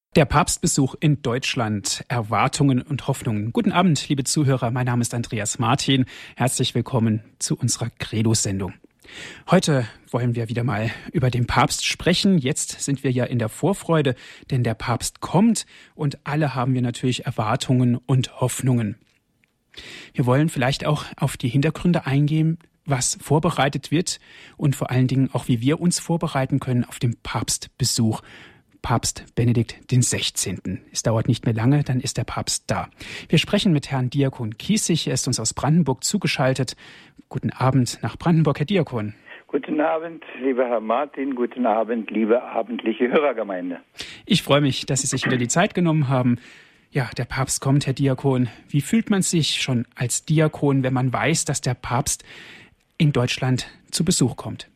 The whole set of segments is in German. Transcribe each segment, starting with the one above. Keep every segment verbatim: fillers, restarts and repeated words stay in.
Der Papstbesuch in Deutschland, Erwartungen und Hoffnungen. Guten Abend, liebe Zuhörer, mein Name ist Andreas Martin. Herzlich willkommen zu unserer Credo-Sendung. Heute wollen wir wieder mal über den Papst sprechen. Jetzt sind wir ja in der Vorfreude, denn der Papst kommt und alle haben wir natürlich Erwartungen und Hoffnungen. Wir wollen vielleicht auch auf die Hintergründe eingehen, was vorbereitet wird und vor allen Dingen auch, wie wir uns vorbereiten können auf den Papstbesuch. Papst Benedikt den Sechzehnten. Es dauert nicht mehr lange, dann ist der Papst da. Wir sprechen mit Herrn Diakon Kiesig, er ist uns aus Brandenburg zugeschaltet. Guten Abend nach Brandenburg, Herr Diakon. Guten Abend, lieber Herr Martin, guten Abend, liebe abendliche Hörergemeinde. Ich freue mich, dass Sie sich wieder die Zeit genommen haben. Ja, der Papst kommt, Herr Diakon. Wie fühlt man sich schon als Diakon, wenn man weiß, dass der Papst in Deutschland zu Besuch kommt?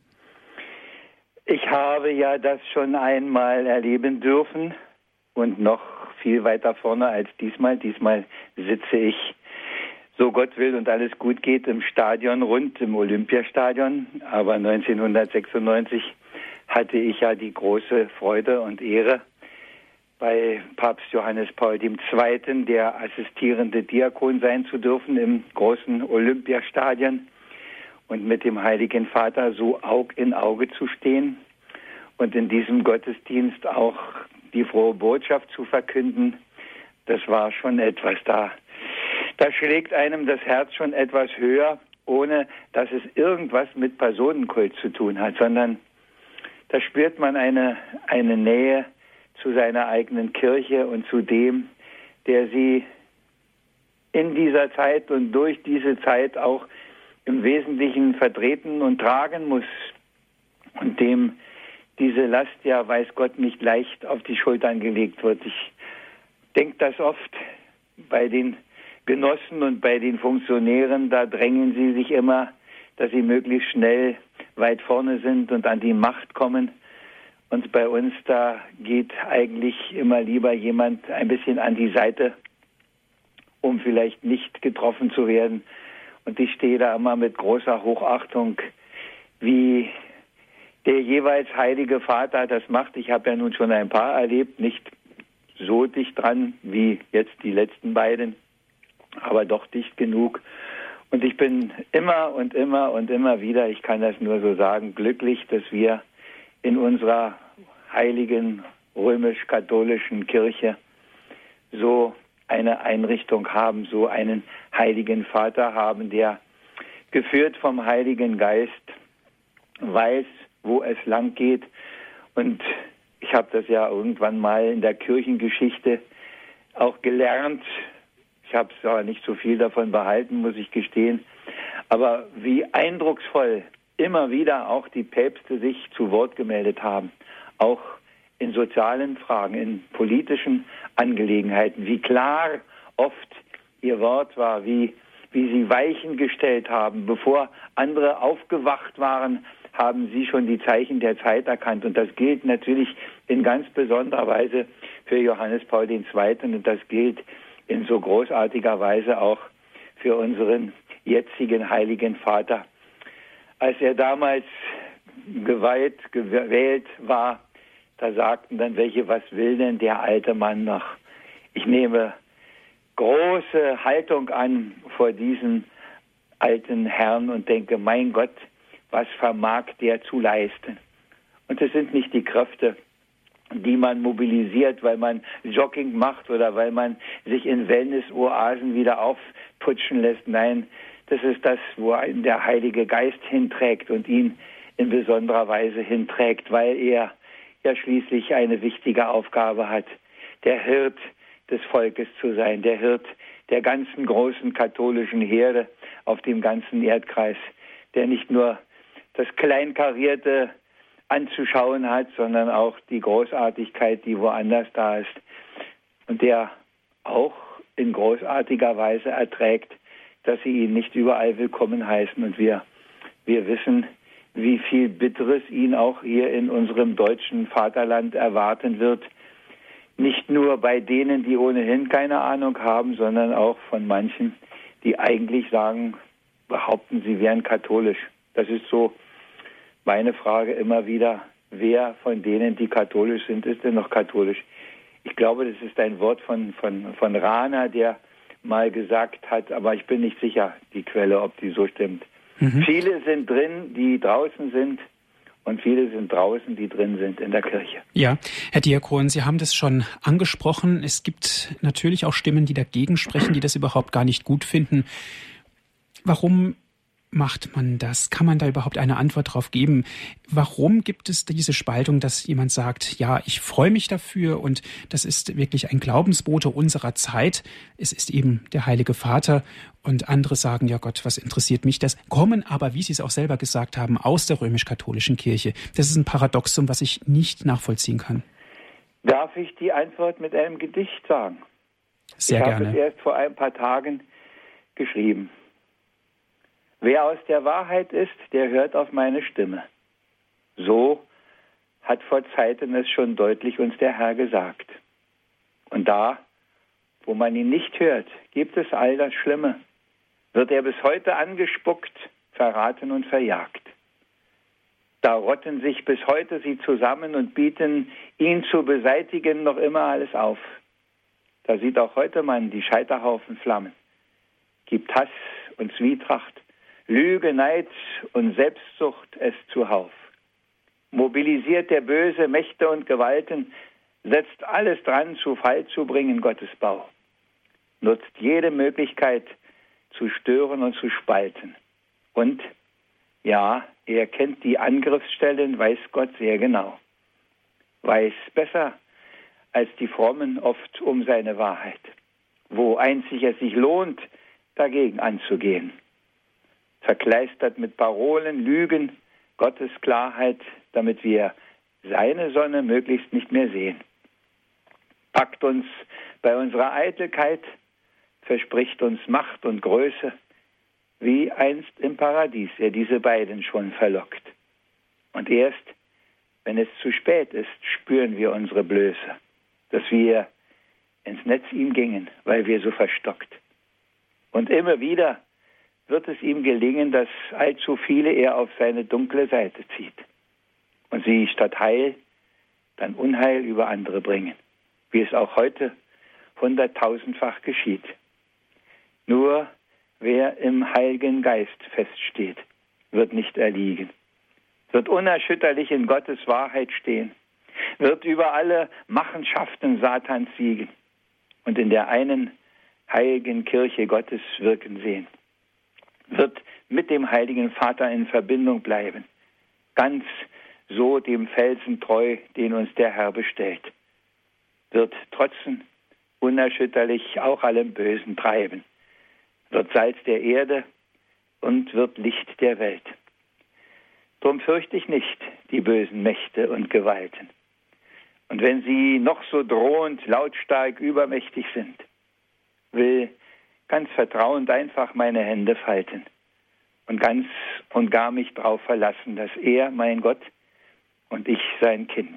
Ich habe ja das schon einmal erleben dürfen und noch viel weiter vorne als diesmal. Diesmal sitze ich, so Gott will und alles gut geht, im Stadion rund, im Olympiastadion. Aber neunzehnhundertsechsundneunzig hatte ich ja die große Freude und Ehre, bei Papst Johannes Paul der Zweite. der assistierende Diakon sein zu dürfen im großen Olympiastadion. Und mit dem Heiligen Vater so Aug in Auge zu stehen und in diesem Gottesdienst auch die frohe Botschaft zu verkünden, das war schon etwas. Da, da schlägt einem das Herz schon etwas höher, ohne dass es irgendwas mit Personenkult zu tun hat, sondern da spürt man eine, eine Nähe zu seiner eigenen Kirche und zu dem, der sie in dieser Zeit und durch diese Zeit auch im Wesentlichen vertreten und tragen muss und dem diese Last ja, weiß Gott, nicht leicht auf die Schultern gelegt wird. Ich denke das oft bei den Genossen und bei den Funktionären, da drängen sie sich immer, dass sie möglichst schnell weit vorne sind und an die Macht kommen. Und bei uns, da geht eigentlich immer lieber jemand ein bisschen an die Seite, um vielleicht nicht getroffen zu werden. Und ich stehe da immer mit großer Hochachtung, wie der jeweils Heilige Vater das macht. Ich habe ja nun schon ein paar erlebt, nicht so dicht dran wie jetzt die letzten beiden, aber doch dicht genug. Und ich bin immer und immer und immer wieder, ich kann das nur so sagen, glücklich, dass wir in unserer heiligen römisch-katholischen Kirche so eine Einrichtung haben, so einen Heiligen Vater haben, der geführt vom Heiligen Geist weiß, wo es lang geht. Und ich habe das ja irgendwann mal in der Kirchengeschichte auch gelernt. Ich habe es aber nicht so viel davon behalten, muss ich gestehen. Aber wie eindrucksvoll immer wieder auch die Päpste sich zu Wort gemeldet haben, auch in sozialen Fragen, in politischen Angelegenheiten, wie klar oft ihr Wort war, wie, wie sie Weichen gestellt haben. Bevor andere aufgewacht waren, haben sie schon die Zeichen der Zeit erkannt. Und das gilt natürlich in ganz besonderer Weise für Johannes Paul der Zweite. Und das gilt in so großartiger Weise auch für unseren jetzigen Heiligen Vater. Als er damals geweiht, gewählt war, da sagten dann welche, was will denn der alte Mann noch? Ich nehme große Haltung an vor diesem alten Herrn und denke, mein Gott, was vermag der zu leisten? Und es sind nicht die Kräfte, die man mobilisiert, weil man Jogging macht oder weil man sich in Wellness-Oasen wieder aufputschen lässt. Nein, das ist das, wo einen der Heilige Geist hinträgt und ihn in besonderer Weise hinträgt, weil er ja schließlich eine wichtige Aufgabe hat, der Hirt des Volkes zu sein, der Hirt der ganzen großen katholischen Herde auf dem ganzen Erdkreis, der nicht nur das Kleinkarierte anzuschauen hat, sondern auch die Großartigkeit, die woanders da ist und der auch in großartiger Weise erträgt, dass sie ihn nicht überall willkommen heißen. Und wir, wir wissen, wie viel Bitteres ihn auch hier in unserem deutschen Vaterland erwarten wird. Nicht nur bei denen, die ohnehin keine Ahnung haben, sondern auch von manchen, die eigentlich sagen, behaupten, sie wären katholisch. Das ist so meine Frage immer wieder, wer von denen, die katholisch sind, ist denn noch katholisch? Ich glaube, das ist ein Wort von, von, von Rahner, der mal gesagt hat, aber ich bin nicht sicher, die Quelle, ob die so stimmt. Mhm. Viele sind drin, die draußen sind, und viele sind draußen, die drin sind in der Kirche. Ja, Herr Diakon, Sie haben das schon angesprochen. Es gibt natürlich auch Stimmen, die dagegen sprechen, die das überhaupt gar nicht gut finden. Warum macht man das? Kann man da überhaupt eine Antwort drauf geben? Warum gibt es diese Spaltung, dass jemand sagt, ja, ich freue mich dafür und das ist wirklich ein Glaubensbote unserer Zeit. Es ist eben der Heilige Vater, und andere sagen, ja Gott, was interessiert mich das? Kommen aber, wie Sie es auch selber gesagt haben, aus der römisch-katholischen Kirche. Das ist ein Paradoxum, was ich nicht nachvollziehen kann. Darf ich die Antwort mit einem Gedicht sagen? Sehr ich gerne. Ich habe es erst vor ein paar Tagen geschrieben. Wer aus der Wahrheit ist, der hört auf meine Stimme. So hat vor Zeiten es schon deutlich uns der Herr gesagt. Und da, wo man ihn nicht hört, gibt es all das Schlimme. Wird er bis heute angespuckt, verraten und verjagt. Da rotten sich bis heute sie zusammen und bieten, ihn zu beseitigen, noch immer alles auf. Da sieht auch heute man die Scheiterhaufen flammen. Gibt Hass und Zwietracht, Lüge, Neid und Selbstsucht es zuhauf. Mobilisiert der Böse Mächte und Gewalten, setzt alles dran, zu Fall zu bringen, Gottes Bau. Nutzt jede Möglichkeit, zu stören und zu spalten. Und, ja, er kennt die Angriffsstellen, weiß Gott sehr genau. Weiß besser als die Frommen oft um seine Wahrheit, wo einzig es sich lohnt, dagegen anzugehen. Verkleistert mit Parolen, Lügen, Gottes Klarheit, damit wir seine Sonne möglichst nicht mehr sehen. Packt uns bei unserer Eitelkeit, verspricht uns Macht und Größe, wie einst im Paradies er diese beiden schon verlockt. Und erst, wenn es zu spät ist, spüren wir unsere Blöße, dass wir ins Netz ihm gingen, weil wir so verstockt. Und immer wieder wird es ihm gelingen, dass allzu viele er auf seine dunkle Seite zieht und sie statt Heil dann Unheil über andere bringen, wie es auch heute hunderttausendfach geschieht. Nur wer im Heiligen Geist feststeht, wird nicht erliegen, wird unerschütterlich in Gottes Wahrheit stehen, wird über alle Machenschaften Satans siegen und in der einen heiligen Kirche Gottes wirken sehen, wird mit dem Heiligen Vater in Verbindung bleiben, ganz so dem Felsen treu, den uns der Herr bestellt, wird trotzen, unerschütterlich auch allem Bösen treiben, wird Salz der Erde und wird Licht der Welt. Drum fürchte ich nicht die bösen Mächte und Gewalten. Und wenn sie noch so drohend, lautstark, übermächtig sind, will ganz vertrauend einfach meine Hände falten und ganz und gar mich drauf verlassen, dass er, mein Gott, und ich sein Kind.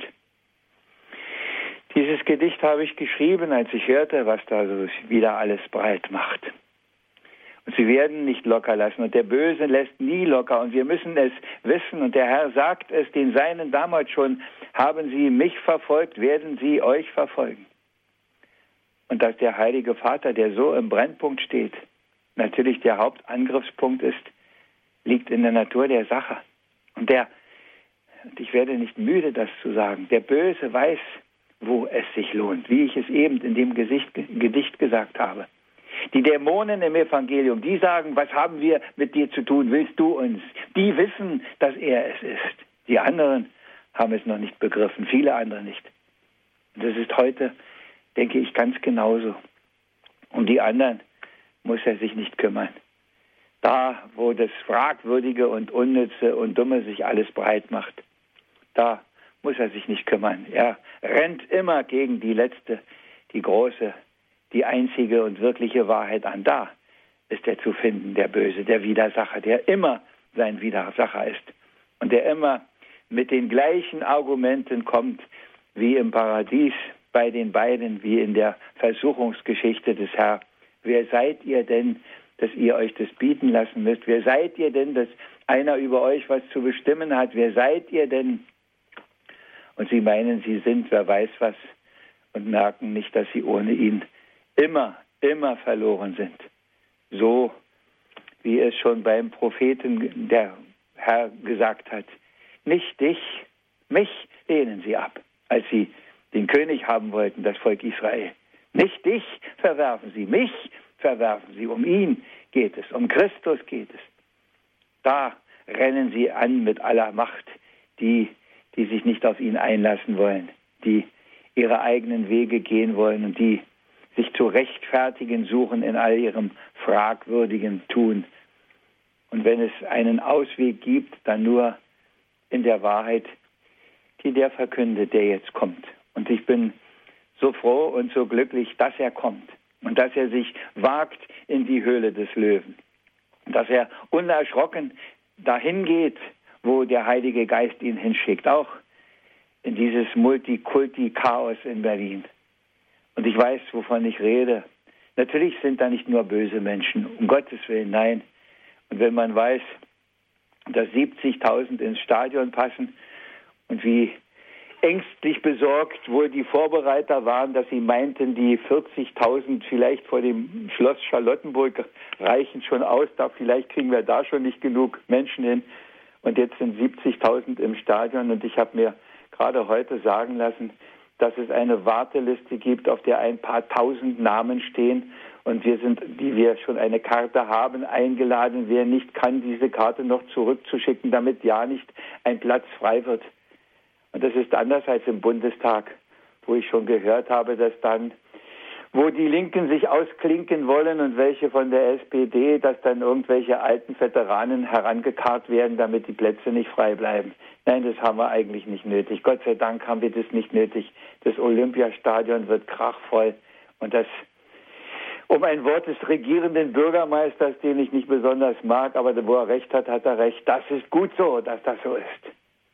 Dieses Gedicht habe ich geschrieben, als ich hörte, was da so wieder alles breit macht. Und sie werden nicht locker lassen und der Böse lässt nie locker und wir müssen es wissen und der Herr sagt es den Seinen damals schon, haben sie mich verfolgt, werden sie euch verfolgen. Und dass der Heilige Vater, der so im Brennpunkt steht, natürlich der Hauptangriffspunkt ist, liegt in der Natur der Sache. Und der, und ich werde nicht müde, das zu sagen, der Böse weiß, wo es sich lohnt, wie ich es eben in dem Gesicht, Gedicht gesagt habe. Die Dämonen im Evangelium, die sagen, was haben wir mit dir zu tun, willst du uns? Die wissen, dass er es ist. Die anderen haben es noch nicht begriffen, viele andere nicht. Und das ist heute, denke ich, ganz genauso. Um die anderen muss er sich nicht kümmern. Da, wo das Fragwürdige und Unnütze und Dumme sich alles breit macht, da muss er sich nicht kümmern. Er rennt immer gegen die letzte, die große, die einzige und wirkliche Wahrheit an. Da ist er zu finden, der Böse, der Widersacher, der immer sein Widersacher ist und der immer mit den gleichen Argumenten kommt wie im Paradies bei den beiden, wie in der Versuchungsgeschichte des Herrn. Wer seid ihr denn, dass ihr euch das bieten lassen müsst? Wer seid ihr denn, dass einer über euch was zu bestimmen hat? Wer seid ihr denn? Und sie meinen, sie sind, wer weiß was. und merken nicht, dass sie ohne ihn immer, immer verloren sind. So wie es schon beim Propheten der Herr gesagt hat, nicht dich, mich lehnen sie ab, als sie den König haben wollten, das Volk Israel. Nicht dich verwerfen sie, mich verwerfen sie. Um ihn geht es, um Christus geht es. Da rennen sie an mit aller Macht, die, die sich nicht auf ihn einlassen wollen, die ihre eigenen Wege gehen wollen und die sich zu rechtfertigen suchen in all ihrem fragwürdigen Tun. Und wenn es einen Ausweg gibt, dann nur in der Wahrheit, die der verkündet, der jetzt kommt. Und ich bin so froh und so glücklich, dass er kommt und dass er sich wagt in die Höhle des Löwen. Dass er unerschrocken dahin geht, wo der Heilige Geist ihn hinschickt, auch in dieses Multikulti-Chaos in Berlin. Und ich weiß, wovon ich rede. Natürlich sind da nicht nur böse Menschen, um Gottes Willen, nein. Und wenn man weiß, dass siebzigtausend ins Stadion passen und wie ängstlich besorgt wohl die Vorbereiter waren, dass sie meinten, die vierzigtausend vielleicht vor dem Schloss Charlottenburg reichen schon aus, da vielleicht kriegen wir da schon nicht genug Menschen hin. Und jetzt sind siebzigtausend im Stadion und ich habe mir gerade heute sagen lassen, dass es eine Warteliste gibt, auf der ein paar tausend Namen stehen und wir sind, die wir schon eine Karte haben, eingeladen. Wer nicht kann, diese Karte noch zurückzuschicken, damit ja nicht ein Platz frei wird. Und das ist anders als im Bundestag, wo ich schon gehört habe, dass dann, wo die Linken sich ausklinken wollen und welche von der S P D, dass dann irgendwelche alten Veteranen herangekarrt werden, damit die Plätze nicht frei bleiben. Nein, das haben wir eigentlich nicht nötig. Gott sei Dank haben wir das nicht nötig. Das Olympiastadion wird krachvoll. Und das, um ein Wort des regierenden Bürgermeisters, den ich nicht besonders mag, aber wo er recht hat, hat er recht. Das ist gut so, dass das so ist.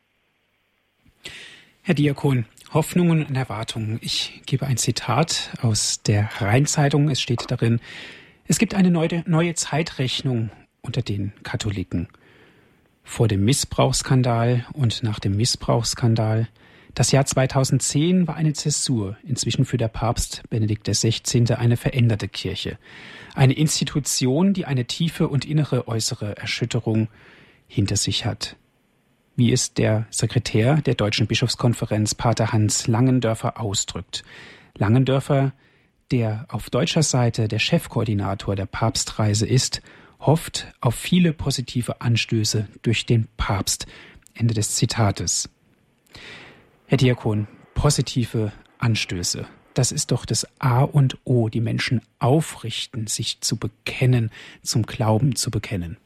Herr Diakon, Hoffnungen und Erwartungen. Ich gebe ein Zitat aus der Rheinzeitung. Es steht darin, es gibt eine neue, neue Zeitrechnung unter den Katholiken. Vor dem Missbrauchsskandal und nach dem Missbrauchsskandal. Das Jahr zweitausendzehn war eine Zäsur. Inzwischen führt der Papst Benedikt der Sechzehnte eine veränderte Kirche. Eine Institution, die eine tiefe und innere äußere Erschütterung hinter sich hat. Wie es der Sekretär der Deutschen Bischofskonferenz, Pater Hans Langendörfer, ausdrückt. Langendörfer, der auf deutscher Seite der Chefkoordinator der Papstreise ist, hofft auf viele positive Anstöße durch den Papst. Ende des Zitates. Herr Diakon, positive Anstöße. Das ist doch das A und O, die Menschen aufrichten, sich zu bekennen, zum Glauben zu bekennen.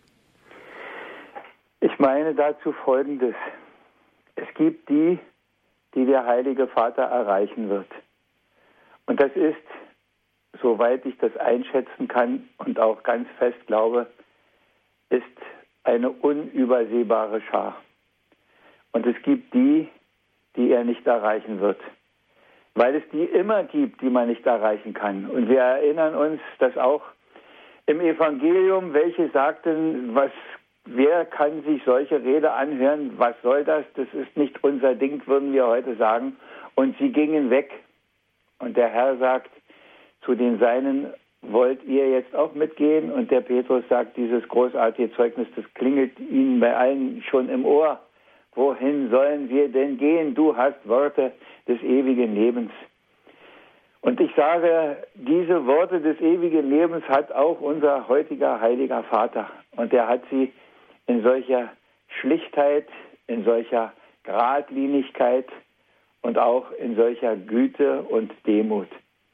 Ich meine dazu Folgendes. Es gibt die, die der Heilige Vater erreichen wird. Und das ist, soweit ich das einschätzen kann und auch ganz fest glaube, ist eine unübersehbare Schar. Und es gibt die, die er nicht erreichen wird. Weil es die immer gibt, die man nicht erreichen kann. Und wir erinnern uns, dass auch im Evangelium welche sagten, was wer kann sich solche Rede anhören? Was soll das? Das ist nicht unser Ding, würden wir heute sagen. Und sie gingen weg. Und der Herr sagt zu den Seinen, wollt ihr jetzt auch mitgehen? Und der Petrus sagt dieses großartige Zeugnis, das klingelt ihnen bei allen schon im Ohr. Wohin sollen wir denn gehen? Du hast Worte des ewigen Lebens. Und ich sage, diese Worte des ewigen Lebens hat auch unser heutiger Heiliger Vater. Und er hat sie in solcher Schlichtheit, in solcher Geradlinigkeit und auch in solcher Güte und Demut.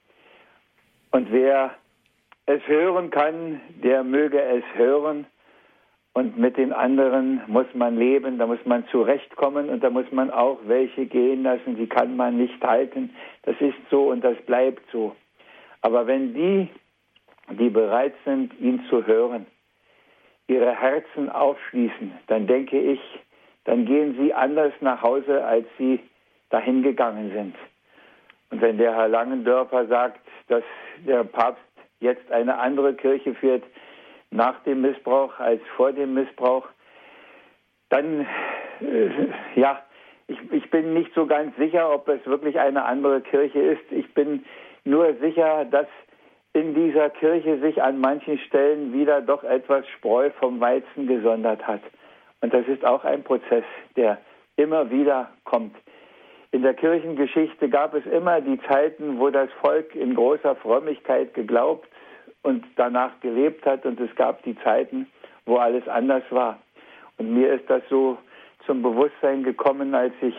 Und wer es hören kann, der möge es hören. Und mit den anderen muss man leben, da muss man zurechtkommen und da muss man auch welche gehen lassen, die kann man nicht halten. Das ist so und das bleibt so. Aber wenn die, die bereit sind, ihn zu hören, ihre Herzen aufschließen, dann denke ich, dann gehen sie anders nach Hause, als sie dahin gegangen sind. Und wenn der Herr Langendörfer sagt, dass der Papst jetzt eine andere Kirche führt nach dem Missbrauch als vor dem Missbrauch, dann äh, ja, ich, ich bin nicht so ganz sicher, ob es wirklich eine andere Kirche ist. Ich bin nur sicher, dass in dieser Kirche sich an manchen Stellen wieder doch etwas Spreu vom Weizen gesondert hat. Und das ist auch ein Prozess, der immer wieder kommt. In der Kirchengeschichte gab es immer die Zeiten, wo das Volk in großer Frömmigkeit geglaubt und danach gelebt hat. Und es gab die Zeiten, wo alles anders war. Und mir ist das so zum Bewusstsein gekommen, als ich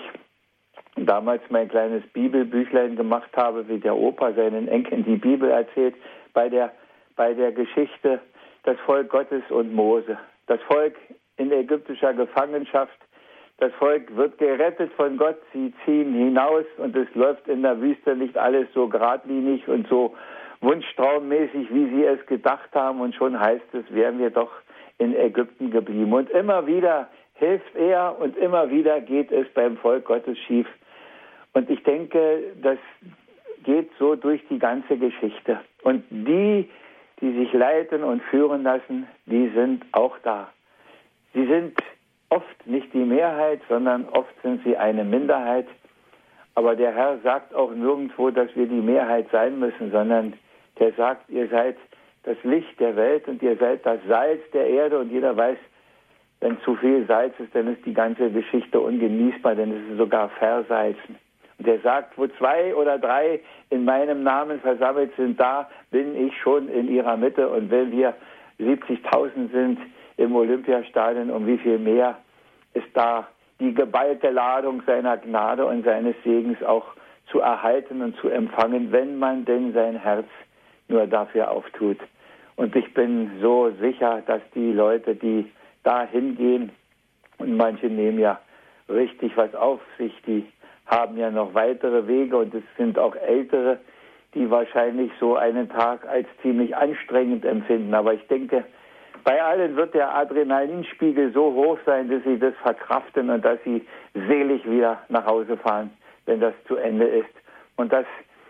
damals mein kleines Bibelbüchlein gemacht habe, wie der Opa seinen Enkeln die Bibel erzählt, bei der, bei der Geschichte das Volk Gottes und Mose. Das Volk in ägyptischer Gefangenschaft. Das Volk wird gerettet von Gott, sie ziehen hinaus und es läuft in der Wüste nicht alles so geradlinig und so wunschtraummäßig, wie sie es gedacht haben. Und schon heißt es, wären wir doch in Ägypten geblieben. Und immer wieder hilft er und immer wieder geht es beim Volk Gottes schief. Und ich denke, das geht so durch die ganze Geschichte. Und die, die sich leiten und führen lassen, die sind auch da. Sie sind oft nicht die Mehrheit, sondern oft sind sie eine Minderheit. Aber der Herr sagt auch nirgendwo, dass wir die Mehrheit sein müssen, sondern der sagt, ihr seid das Licht der Welt und ihr seid das Salz der Erde. Und jeder weiß, wenn zu viel Salz ist, dann ist die ganze Geschichte ungenießbar, denn es ist sogar versalzen. Und er sagt, wo zwei oder drei in meinem Namen versammelt sind, da bin ich schon in ihrer Mitte. Und wenn wir siebzigtausend sind im Olympiastadion, um wie viel mehr ist da die geballte Ladung seiner Gnade und seines Segens auch zu erhalten und zu empfangen, wenn man denn sein Herz nur dafür auftut. Und ich bin so sicher, dass die Leute, die da hingehen, und manche nehmen ja richtig was auf sich, die haben ja noch weitere Wege und es sind auch Ältere, die wahrscheinlich so einen Tag als ziemlich anstrengend empfinden. Aber ich denke, bei allen wird der Adrenalinspiegel so hoch sein, dass sie das verkraften und dass sie selig wieder nach Hause fahren, wenn das zu Ende ist. Und dass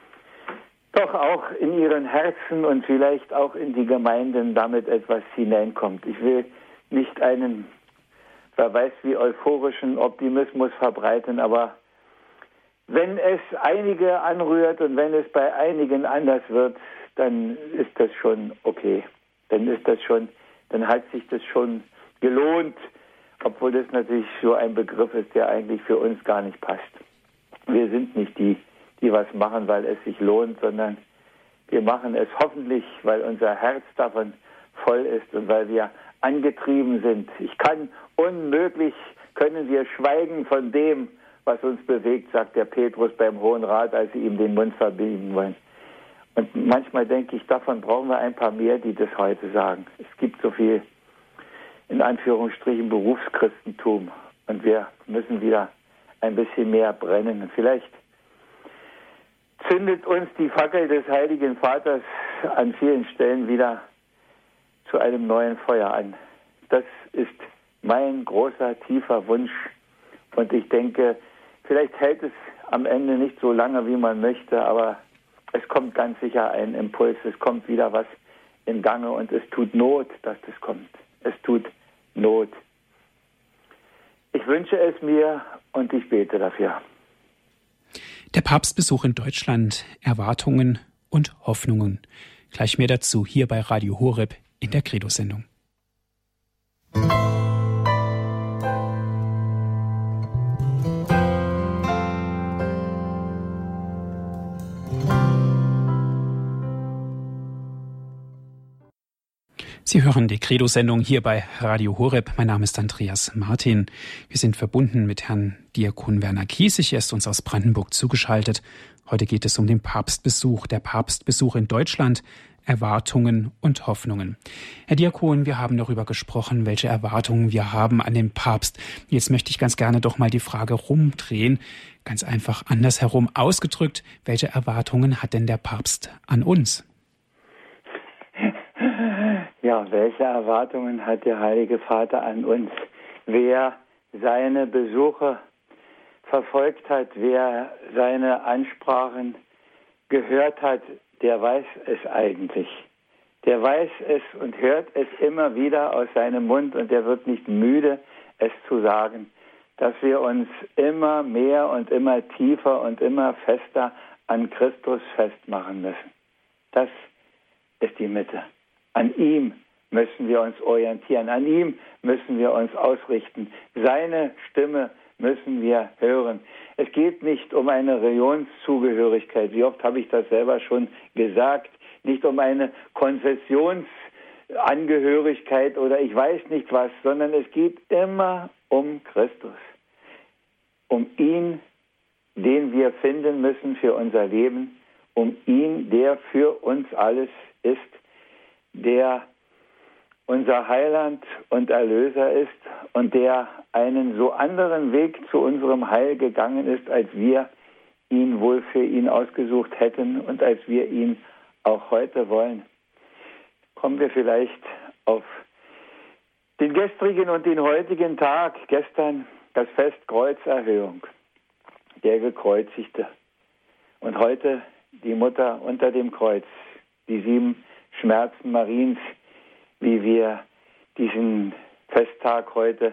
doch auch in ihren Herzen und vielleicht auch in die Gemeinden damit etwas hineinkommt. Ich will nicht einen, wer weiß wie, euphorischen Optimismus verbreiten, aber wenn es einige anrührt und wenn es bei einigen anders wird, dann ist das schon okay. Dann ist das schon, dann hat sich das schon gelohnt, obwohl das natürlich so ein Begriff ist, der eigentlich für uns gar nicht passt. Wir sind nicht die, die was machen, weil es sich lohnt, sondern wir machen es hoffentlich, weil unser Herz davon voll ist und weil wir angetrieben sind. Ich kann unmöglich, können wir schweigen von dem, was uns bewegt, sagt der Petrus beim Hohen Rat, als sie ihm den Mund verbiegen wollen. Und manchmal denke ich, davon brauchen wir ein paar mehr, die das heute sagen. Es gibt so viel, in Anführungsstrichen, Berufschristentum. Und wir müssen wieder ein bisschen mehr brennen. Und vielleicht zündet uns die Fackel des Heiligen Vaters an vielen Stellen wieder zu einem neuen Feuer an. Das ist mein großer, tiefer Wunsch. Und ich denke, vielleicht hält es am Ende nicht so lange, wie man möchte, aber es kommt ganz sicher ein Impuls, es kommt wieder was in Gange und es tut Not, dass das kommt. Es tut Not. Ich wünsche es mir und ich bete dafür. Der Papstbesuch in Deutschland, Erwartungen und Hoffnungen. Gleich mehr dazu hier bei Radio Horeb in der Credo-Sendung. Sie hören die Credo-Sendung hier bei Radio Horeb. Mein Name ist Andreas Martin. Wir sind verbunden mit Herrn Diakon Werner Kiesig. Er ist uns aus Brandenburg zugeschaltet. Heute geht es um den Papstbesuch. Der Papstbesuch in Deutschland, Erwartungen und Hoffnungen. Herr Diakon, wir haben darüber gesprochen, welche Erwartungen wir haben an den Papst. Jetzt möchte ich ganz gerne doch mal die Frage rumdrehen. Ganz einfach andersherum ausgedrückt, welche Erwartungen hat denn der Papst an uns? Ja, welche Erwartungen hat der Heilige Vater an uns? Wer seine Besuche verfolgt hat, wer seine Ansprachen gehört hat, der weiß es eigentlich. Der weiß es und hört es immer wieder aus seinem Mund und der wird nicht müde, es zu sagen. dass wir uns immer mehr und immer tiefer und immer fester an Christus festmachen müssen. Das ist die Mitte. An ihm müssen wir uns orientieren, an ihm müssen wir uns ausrichten. Seine Stimme müssen wir hören. Es geht nicht um eine Religionszugehörigkeit, wie oft habe ich das selber schon gesagt, nicht um eine Konfessionsangehörigkeit oder ich weiß nicht was, sondern es geht immer um Christus, um ihn, den wir finden müssen für unser Leben, um ihn, der für uns alles ist, der unser Heiland und Erlöser ist und der einen so anderen Weg zu unserem Heil gegangen ist, als wir ihn wohl für ihn ausgesucht hätten und als wir ihn auch heute wollen. Kommen wir vielleicht auf den gestrigen und den heutigen Tag. Gestern das Fest Kreuzerhöhung, der Gekreuzigte. Und heute die Mutter unter dem Kreuz, die sieben Schmerzen Mariens, wie wir diesen Festtag heute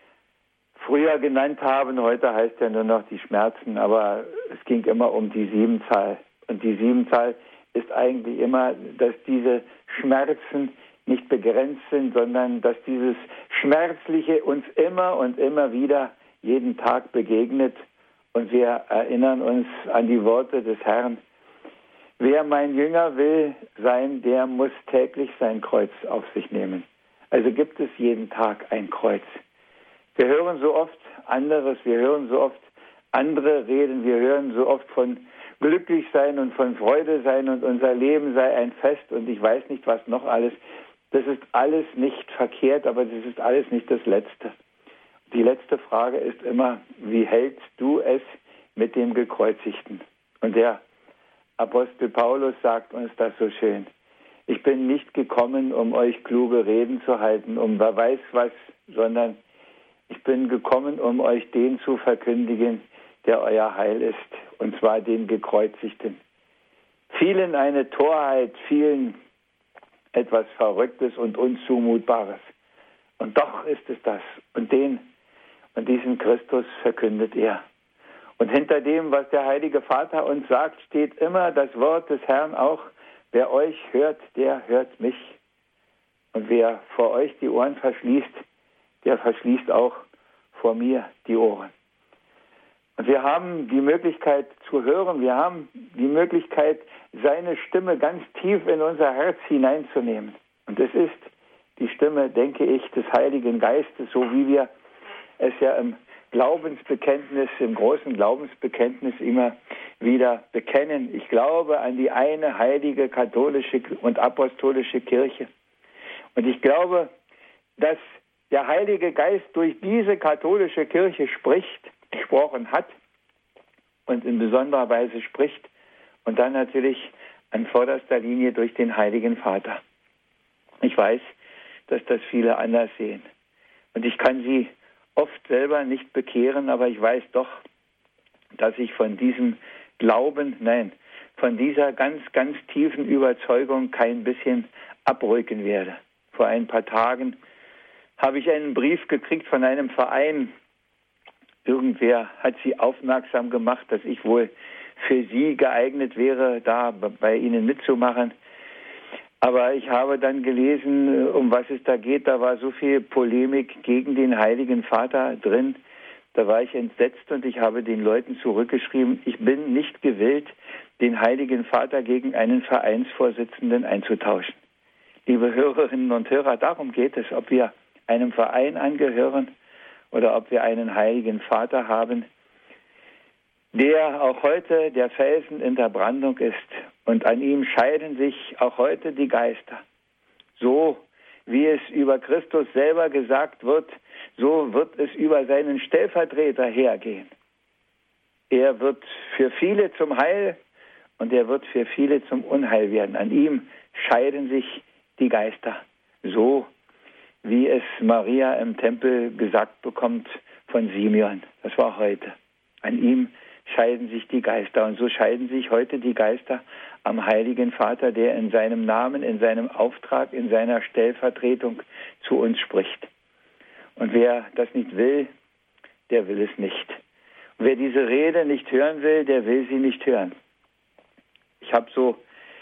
früher genannt haben. Heute heißt ja nur noch die Schmerzen, aber es ging immer um die Siebenzahl. Und die Siebenzahl ist eigentlich immer, dass diese Schmerzen nicht begrenzt sind, sondern dass dieses Schmerzliche uns immer und immer wieder jeden Tag begegnet. Und wir erinnern uns an die Worte des Herrn. Wer mein Jünger will sein, der muss täglich sein Kreuz auf sich nehmen. Also gibt es jeden Tag ein Kreuz. Wir hören so oft anderes, wir hören so oft andere reden, wir hören so oft von glücklich sein und von Freude sein und unser Leben sei ein Fest und ich weiß nicht was noch alles. Das ist alles nicht verkehrt, aber das ist alles nicht das Letzte. Die letzte Frage ist immer, wie hältst du es mit dem Gekreuzigten? Und der Apostel Paulus sagt uns das so schön. Ich bin nicht gekommen, um euch kluge Reden zu halten, um wer weiß was, sondern ich bin gekommen, um euch den zu verkündigen, der euer Heil ist, und zwar den Gekreuzigten. Vielen eine Torheit, vielen etwas Verrücktes und Unzumutbares. Und doch ist es das. Und den und diesen Christus verkündet er. Und hinter dem, was der Heilige Vater uns sagt, steht immer das Wort des Herrn auch, wer euch hört, der hört mich. Und wer vor euch die Ohren verschließt, der verschließt auch vor mir die Ohren. Und wir haben die Möglichkeit zu hören, wir haben die Möglichkeit, seine Stimme ganz tief in unser Herz hineinzunehmen. Und es ist die Stimme, denke ich, des Heiligen Geistes, so wie wir es ja im Glaubensbekenntnis, im großen Glaubensbekenntnis immer wieder bekennen. Ich glaube an die eine heilige katholische und apostolische Kirche. Und ich glaube, dass der Heilige Geist durch diese katholische Kirche spricht, gesprochen hat und in besonderer Weise spricht und dann natürlich an vorderster Linie durch den Heiligen Vater. Ich weiß, dass das viele anders sehen. Und ich kann sie oft selber nicht bekehren, aber ich weiß doch, dass ich von diesem Glauben, nein, von dieser ganz, ganz tiefen Überzeugung kein bisschen abrücken werde. Vor ein paar Tagen habe ich einen Brief gekriegt von einem Verein. Irgendwer hat sie aufmerksam gemacht, dass ich wohl für sie geeignet wäre, da bei ihnen mitzumachen. Aber ich habe dann gelesen, um was es da geht. Da war so viel Polemik gegen den Heiligen Vater drin. Da war ich entsetzt und ich habe den Leuten zurückgeschrieben, ich bin nicht gewillt, den Heiligen Vater gegen einen Vereinsvorsitzenden einzutauschen. Liebe Hörerinnen und Hörer, darum geht es, ob wir einem Verein angehören oder ob wir einen Heiligen Vater haben, der auch heute der Felsen in der Brandung ist. Und an ihm scheiden sich auch heute die Geister. So wie es über Christus selber gesagt wird, so wird es über seinen Stellvertreter hergehen. Er wird für viele zum Heil und er wird für viele zum Unheil werden. An ihm scheiden sich die Geister. So wie es Maria im Tempel gesagt bekommt von Simeon. Das war heute. An ihm scheiden sich die Geister. Und so scheiden sich heute die Geister am Heiligen Vater, der in seinem Namen, in seinem Auftrag, in seiner Stellvertretung zu uns spricht. Und wer das nicht will, der will es nicht. Und wer diese Rede nicht hören will, der will sie nicht hören. Ich habe so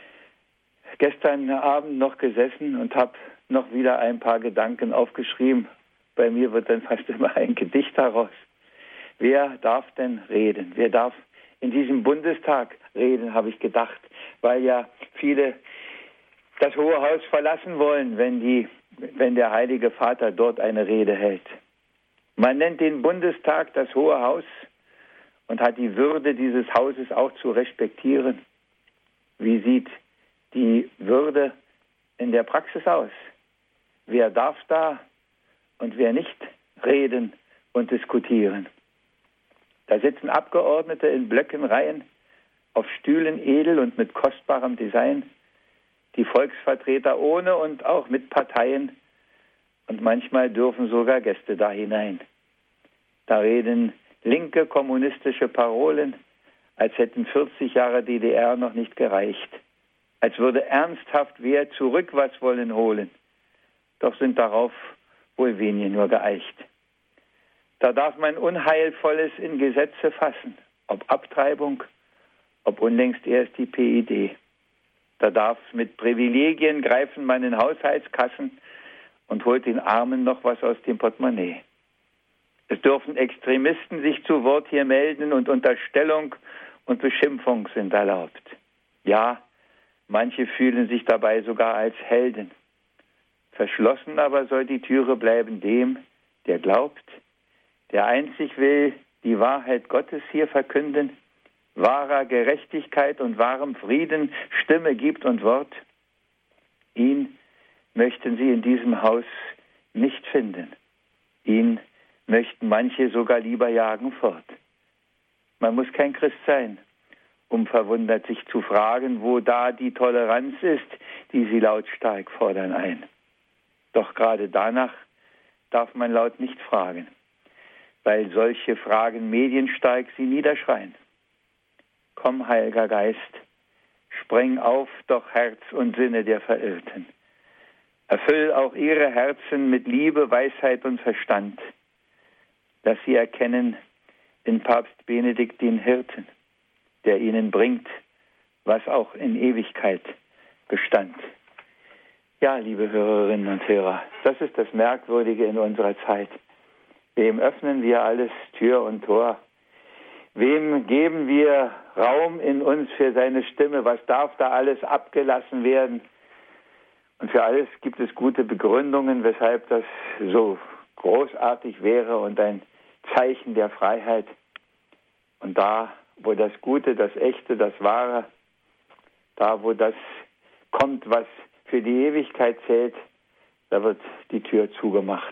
gestern Abend noch gesessen und habe noch wieder ein paar Gedanken aufgeschrieben. Bei mir wird dann fast immer ein Gedicht daraus. Wer darf denn reden? Wer darf in diesem Bundestag reden, habe ich gedacht, weil ja viele das Hohe Haus verlassen wollen, wenn, die, wenn der Heilige Vater dort eine Rede hält. Man nennt den Bundestag das Hohe Haus und hat die Würde dieses Hauses auch zu respektieren. Wie sieht die Würde in der Praxis aus? Wer darf da und wer nicht reden und diskutieren? Da sitzen Abgeordnete in Blöckenreihen, auf Stühlen edel und mit kostbarem Design, die Volksvertreter ohne und auch mit Parteien, und manchmal dürfen sogar Gäste da hinein. Da reden linke kommunistische Parolen, als hätten vierzig Jahre D D R noch nicht gereicht, als würde ernsthaft wer zurück was wollen holen. Doch sind darauf wohl wenige nur geeicht. Da darf man Unheilvolles in Gesetze fassen, ob Abtreibung, ob unlängst erst die P I D. Da darf mit Privilegien greifen man in Haushaltskassen und holt den Armen noch was aus dem Portemonnaie. Es dürfen Extremisten sich zu Wort hier melden und Unterstellung und Beschimpfung sind erlaubt. Ja, manche fühlen sich dabei sogar als Helden. Verschlossen aber soll die Türe bleiben dem, der glaubt, der einzig will die Wahrheit Gottes hier verkünden, wahrer Gerechtigkeit und wahrem Frieden Stimme gibt und Wort. Ihn möchten sie in diesem Haus nicht finden. Ihn möchten manche sogar lieber jagen fort. Man muss kein Christ sein, um verwundert sich zu fragen, wo da die Toleranz ist, die sie lautstark fordern ein. Doch gerade danach darf man laut nicht fragen, weil solche Fragen medienstark sie niederschreien. Komm, Heiliger Geist, spreng auf doch Herz und Sinne der Verirrten. Erfüll auch ihre Herzen mit Liebe, Weisheit und Verstand, dass sie erkennen in Papst Benedikt den Hirten, der ihnen bringt, was auch in Ewigkeit bestand. Ja, liebe Hörerinnen und Hörer, das ist das Merkwürdige in unserer Zeit. Wem öffnen wir alles Tür und Tor? Wem geben wir Raum in uns für seine Stimme? Was darf da alles abgelassen werden? Und für alles gibt es gute Begründungen, weshalb das so großartig wäre und ein Zeichen der Freiheit. Und da, wo das Gute, das Echte, das Wahre, da, wo das kommt, was für die Ewigkeit zählt, da wird die Tür zugemacht.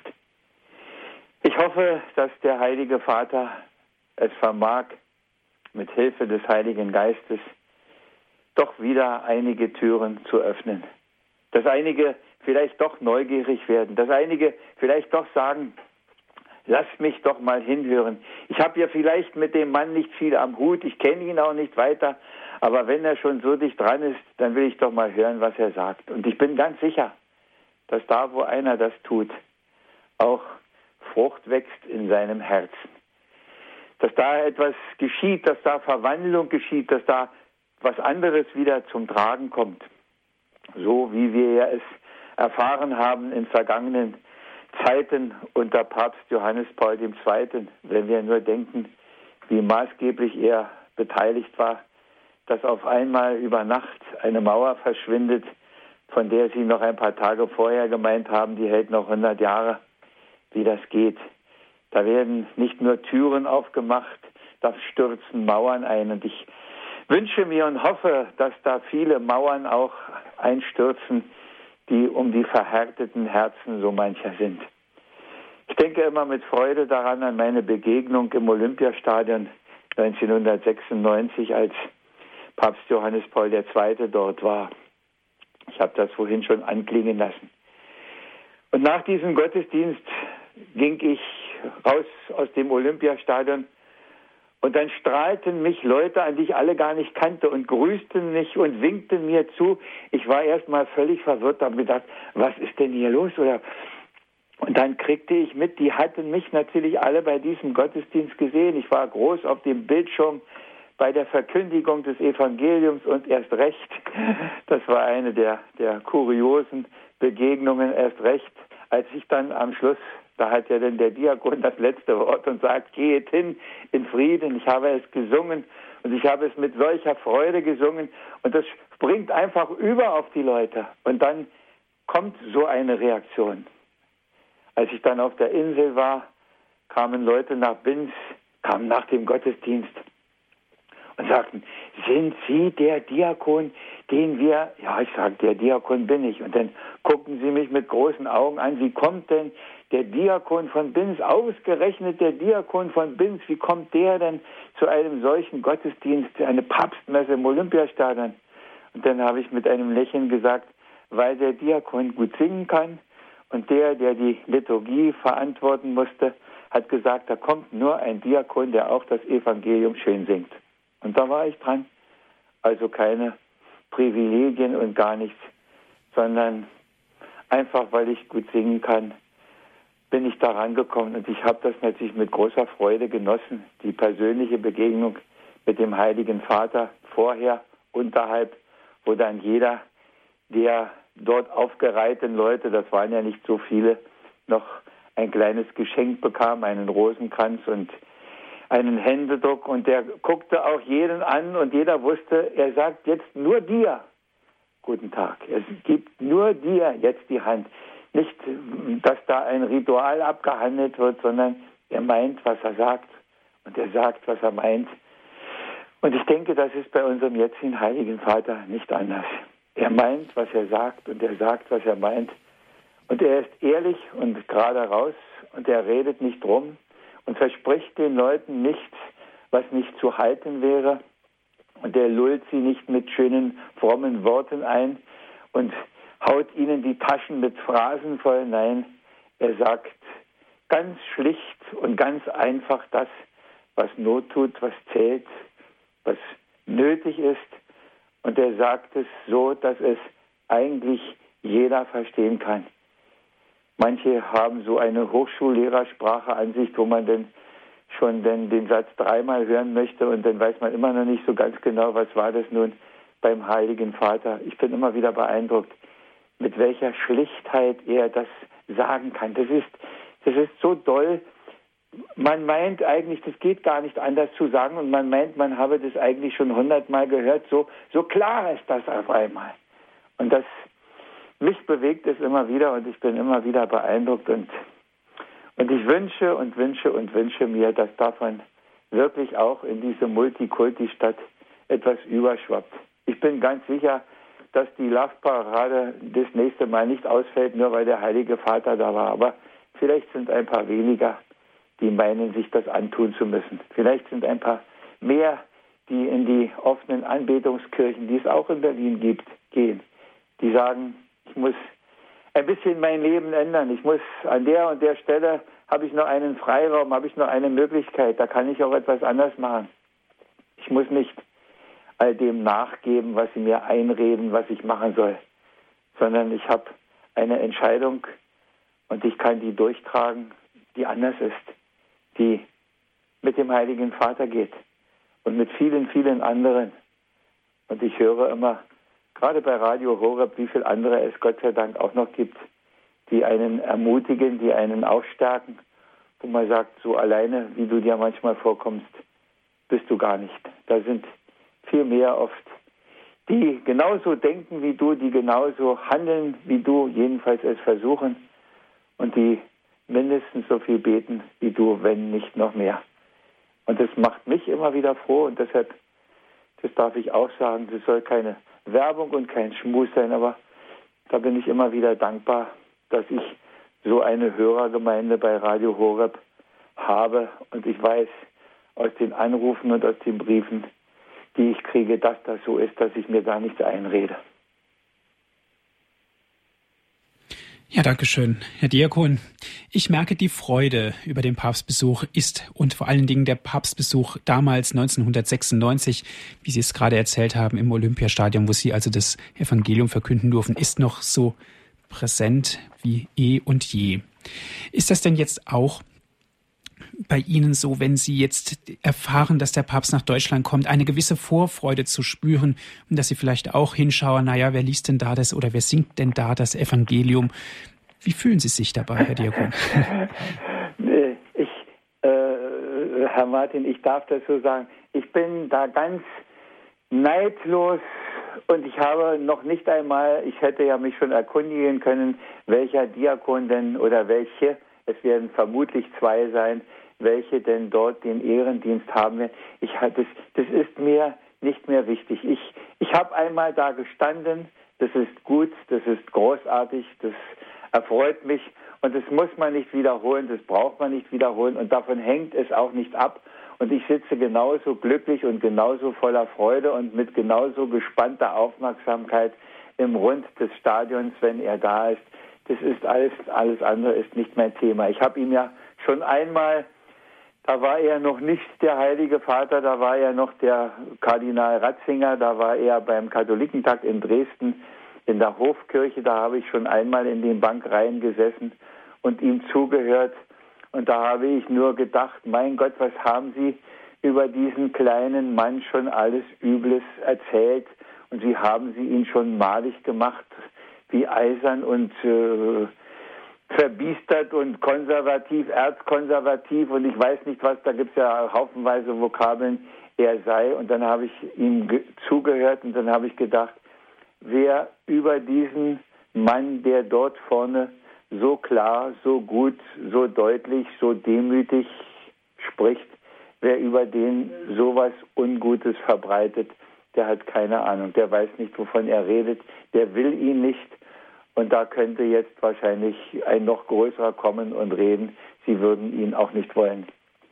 Ich hoffe, dass der Heilige Vater es vermag, mit Hilfe des Heiligen Geistes doch wieder einige Türen zu öffnen. Dass einige vielleicht doch neugierig werden, dass einige vielleicht doch sagen, lass mich doch mal hinhören. Ich habe ja vielleicht mit dem Mann nicht viel am Hut, ich kenne ihn auch nicht weiter, aber wenn er schon so dicht dran ist, dann will ich doch mal hören, was er sagt. Und ich bin ganz sicher, dass da, wo einer das tut, auch Frucht wächst in seinem Herzen. Dass da etwas geschieht, dass da Verwandlung geschieht, dass da was anderes wieder zum Tragen kommt. So wie wir ja es erfahren haben in vergangenen Zeiten unter Papst Johannes Paul der Zweite., wenn wir nur denken, wie maßgeblich er beteiligt war, dass auf einmal über Nacht eine Mauer verschwindet, von der sie noch ein paar Tage vorher gemeint haben, die hält noch hundert Jahre, wie das geht. Da werden nicht nur Türen aufgemacht, da stürzen Mauern ein. Und ich wünsche mir und hoffe, dass da viele Mauern auch einstürzen, die um die verhärteten Herzen so mancher sind. Ich denke immer mit Freude daran an meine Begegnung im Olympiastadion neunzehnhundertsechsundneunzig, als Papst Johannes Paul der Zweite. dort war. Ich habe das vorhin schon anklingen lassen. Und nach diesem Gottesdienst ging ich raus aus dem Olympiastadion und dann strahlten mich Leute an, die ich alle gar nicht kannte und grüßten mich und winkten mir zu. Ich war erst mal völlig verwirrt, habe gedacht, was ist denn hier los? Oder Und dann kriegte ich mit, die hatten mich natürlich alle bei diesem Gottesdienst gesehen. Ich war groß auf dem Bildschirm bei der Verkündigung des Evangeliums und erst recht, das war eine der, der kuriosen Begegnungen, erst recht, als ich dann am Schluss, da hat ja dann der Diakon das letzte Wort und sagt, geht hin in Frieden. Ich habe es gesungen und ich habe es mit solcher Freude gesungen und das springt einfach über auf die Leute. Und dann kommt so eine Reaktion. Als ich dann auf der Insel war, kamen Leute nach Binz, kamen nach dem Gottesdienst und sagten, sind Sie der Diakon, den wir, ja, ich sage, der Diakon bin ich. Und dann guckten sie mich mit großen Augen an, wie kommt denn der Diakon von Binz, ausgerechnet der Diakon von Binz, wie kommt der denn zu einem solchen Gottesdienst, eine Papstmesse im Olympiastadion? Und dann habe ich mit einem Lächeln gesagt, weil der Diakon gut singen kann und der, der die Liturgie verantworten musste, hat gesagt, da kommt nur ein Diakon, der auch das Evangelium schön singt. Und da war ich dran. Also keine Privilegien und gar nichts, sondern einfach, weil ich gut singen kann, bin ich da rangekommen. Und ich habe das natürlich mit großer Freude genossen, die persönliche Begegnung mit dem Heiligen Vater vorher, unterhalb, wo dann jeder der dort aufgereihten Leute, das waren ja nicht so viele, noch ein kleines Geschenk bekam, einen Rosenkranz und einen Händedruck. Und der guckte auch jeden an und jeder wusste, er sagt jetzt nur dir guten Tag. Er gibt nur dir jetzt die Hand. Nicht, dass da ein Ritual abgehandelt wird, sondern er meint, was er sagt und er sagt, was er meint. Und ich denke, das ist bei unserem jetzigen Heiligen Vater nicht anders. Er meint, was er sagt und er sagt, was er meint. Und er ist ehrlich und gerade raus und er redet nicht drum und verspricht den Leuten nichts, was nicht zu halten wäre. Und er lullt sie nicht mit schönen, frommen Worten ein und haut ihnen die Taschen mit Phrasen voll. Nein, er sagt ganz schlicht und ganz einfach das, was Not tut, was zählt, was nötig ist. Und er sagt es so, dass es eigentlich jeder verstehen kann. Manche haben so eine Hochschullehrersprache-Ansicht, wo man denn schon den, den Satz dreimal hören möchte und dann weiß man immer noch nicht so ganz genau, was war das nun beim Heiligen Vater. Ich bin immer wieder beeindruckt, mit welcher Schlichtheit er das sagen kann. Das ist, das ist so doll. Man meint eigentlich, das geht gar nicht anders zu sagen und man meint, man habe das eigentlich schon hundertmal gehört. So, so klar ist das auf einmal. Und das, mich bewegt es immer wieder und ich bin immer wieder beeindruckt und, und ich wünsche und wünsche und wünsche mir, dass davon wirklich auch in diese Multikulti-Stadt etwas überschwappt. Ich bin ganz sicher, dass die Love-Parade das nächste Mal nicht ausfällt, nur weil der Heilige Vater da war. Aber vielleicht sind ein paar weniger, die meinen, sich das antun zu müssen. Vielleicht sind ein paar mehr, die in die offenen Anbetungskirchen, die es auch in Berlin gibt, gehen. Die sagen, ich muss ein bisschen mein Leben ändern. Ich muss an der und der Stelle, habe ich noch einen Freiraum, habe ich noch eine Möglichkeit. Da kann ich auch etwas anders machen. Ich muss nicht all dem nachgeben, was sie mir einreden, was ich machen soll, sondern ich habe eine Entscheidung und ich kann die durchtragen, die anders ist, die mit dem Heiligen Vater geht und mit vielen, vielen anderen. Und ich höre immer, gerade bei Radio Horeb, wie viele andere es Gott sei Dank auch noch gibt, die einen ermutigen, die einen aufstärken, wo man sagt, so alleine, wie du dir manchmal vorkommst, bist du gar nicht. Da sind viel mehr oft, die genauso denken wie du, die genauso handeln wie du, jedenfalls es versuchen und die mindestens so viel beten wie du, wenn nicht noch mehr. Und das macht mich immer wieder froh und deshalb, das darf ich auch sagen, das soll keine Werbung und kein Schmus sein, aber da bin ich immer wieder dankbar, dass ich so eine Hörergemeinde bei Radio Horeb habe und ich weiß aus den Anrufen und aus den Briefen, die ich kriege, dass das so ist, dass ich mir da nichts einrede. Ja, danke schön, Herr Diakon. Ich merke, die Freude über den Papstbesuch ist und vor allen Dingen der Papstbesuch damals neunzehnhundertsechsundneunzig, wie Sie es gerade erzählt haben, im Olympiastadion, wo Sie also das Evangelium verkünden durften, ist noch so präsent wie eh und je. Ist das denn jetzt auch bei Ihnen so, wenn Sie jetzt erfahren, dass der Papst nach Deutschland kommt, eine gewisse Vorfreude zu spüren und dass Sie vielleicht auch hinschauen, naja, wer liest denn da das oder wer singt denn da das Evangelium? Wie fühlen Sie sich dabei, Herr Diakon? Ich, äh, Herr Martin, ich darf das so sagen, ich bin da ganz neidlos und ich habe noch nicht einmal, ich hätte ja mich schon erkundigen können, welcher Diakon denn oder welche, es werden vermutlich zwei sein, welche denn dort den Ehrendienst haben werden. Ich, das, das ist mir nicht mehr wichtig. Ich, ich habe einmal da gestanden, das ist gut, das ist großartig, das erfreut mich und das muss man nicht wiederholen, das braucht man nicht wiederholen und davon hängt es auch nicht ab. Und ich sitze genauso glücklich und genauso voller Freude und mit genauso gespannter Aufmerksamkeit im Rund des Stadions, wenn er da ist. Das ist alles, alles andere ist nicht mein Thema. Ich habe ihm ja schon einmal, da war er noch nicht der Heilige Vater, da war er noch der Kardinal Ratzinger, da war er beim Katholikentag in Dresden in der Hofkirche, da habe ich schon einmal in den Bankreihen gesessen und ihm zugehört. Und da habe ich nur gedacht, mein Gott, was haben Sie über diesen kleinen Mann schon alles Übles erzählt? Und wie haben Sie ihn schon malig gemacht, wie eisern und äh, verbiestert und konservativ, erzkonservativ und ich weiß nicht was, da gibt es ja haufenweise Vokabeln, er sei. Und dann habe ich ihm ge- zugehört und dann habe ich gedacht, wer über diesen Mann, der dort vorne so klar, so gut, so deutlich, so demütig spricht, wer über den sowas Ungutes verbreitet, der hat keine Ahnung, der weiß nicht, wovon er redet, der will ihn nicht und da könnte jetzt wahrscheinlich ein noch größerer kommen und reden, sie würden ihn auch nicht wollen.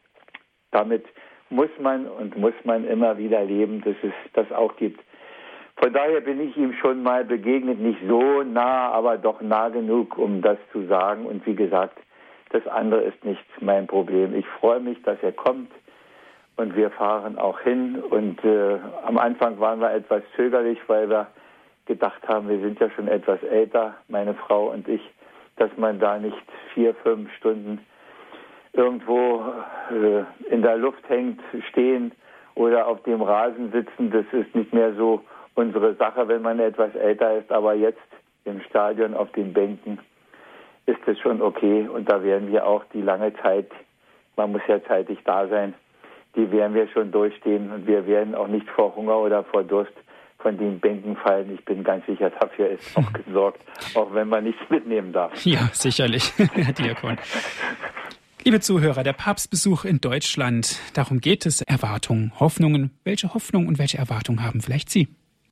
Damit muss man und muss man immer wieder leben, dass es das auch gibt. Von daher bin ich ihm schon mal begegnet, nicht so nah, aber doch nah genug, um das zu sagen. Und wie gesagt, das andere ist nicht mein Problem. Ich freue mich, dass er kommt und wir fahren auch hin. Und äh, am Anfang waren wir etwas zögerlich, weil wir gedacht haben, wir sind ja schon etwas älter, meine Frau und ich, dass man da nicht vier, fünf Stunden irgendwo äh, in der Luft hängt, stehen oder auf dem Rasen sitzen. Das ist nicht mehr so unsere Sache, wenn man etwas älter ist, aber jetzt im Stadion auf den Bänken ist es schon okay und da werden wir auch die lange Zeit, man muss ja zeitig da sein, die werden wir schon durchstehen und wir werden auch nicht vor Hunger oder vor Durst von den Bänken fallen. Ich bin ganz sicher, dafür ist auch gesorgt, auch wenn man nichts mitnehmen darf. Ja, sicherlich, Herr Diakon. Liebe Zuhörer, der Papstbesuch in Deutschland, darum geht es, Erwartungen, Hoffnungen. Welche Hoffnungen und welche Erwartungen haben vielleicht Sie?